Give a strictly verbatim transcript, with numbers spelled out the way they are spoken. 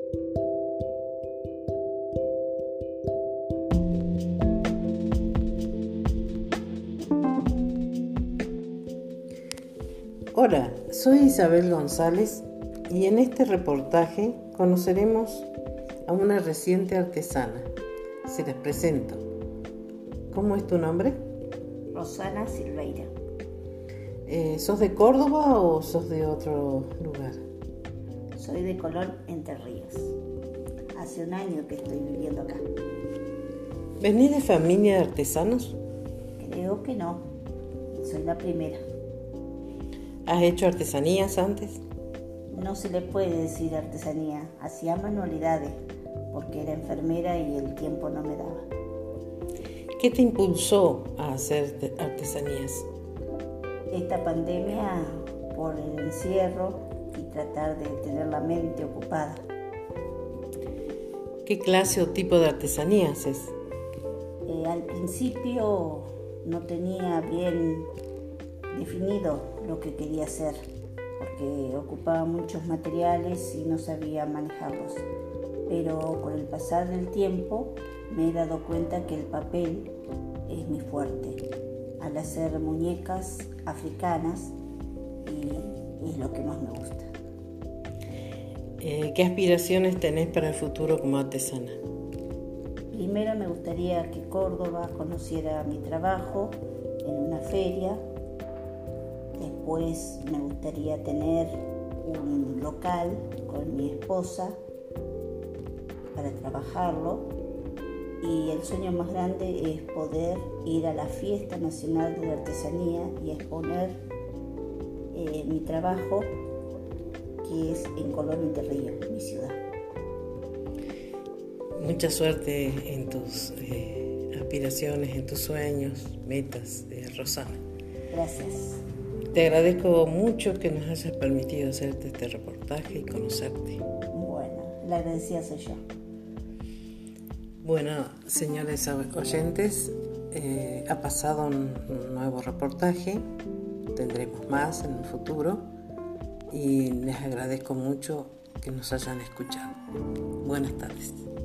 Hola, soy Isabel González y en este reportaje conoceremos a una reciente artesana. Se les presento. ¿Cómo es tu nombre? Rosana Silveira. Eh, ¿Sos de Córdoba o sos de otro lugar? Soy de Colón, Entre Ríos. Hace un año que estoy viviendo acá. ¿Venís de familia de artesanos? Creo que no. Soy la primera. ¿Has hecho artesanías antes? No se le puede decir artesanía. Hacía manualidades porque era enfermera y el tiempo no me daba. ¿Qué te impulsó a hacer artesanías? Esta pandemia, por el encierro y tratar de tener la mente ocupada. ¿Qué clase o tipo de artesanía haces? Eh, al principio no tenía bien definido lo que quería hacer porque ocupaba muchos materiales y no sabía manejarlos. Pero con el pasar del tiempo me he dado cuenta que el papel es mi fuerte al hacer muñecas africanas y es lo que más me gusta. Eh, ¿Qué aspiraciones tenés para el futuro como artesana? Primero me gustaría que Córdoba conociera mi trabajo en una feria. Después me gustaría tener un local con mi esposa para trabajarlo. Y el sueño más grande es poder ir a la Fiesta Nacional de la Artesanía y exponer eh, mi trabajo, que es en Colón, Entre Ríos, mi ciudad. Mucha suerte en tus eh, aspiraciones, en tus sueños, metas, de Rosana. Gracias. Te agradezco mucho que nos hayas permitido hacerte este reportaje y conocerte. Bueno, la agradecida soy yo. Bueno, señores oyentes, eh, ha pasado un, un nuevo reportaje, tendremos más en el futuro y les agradezco mucho que nos hayan escuchado. Buenas tardes.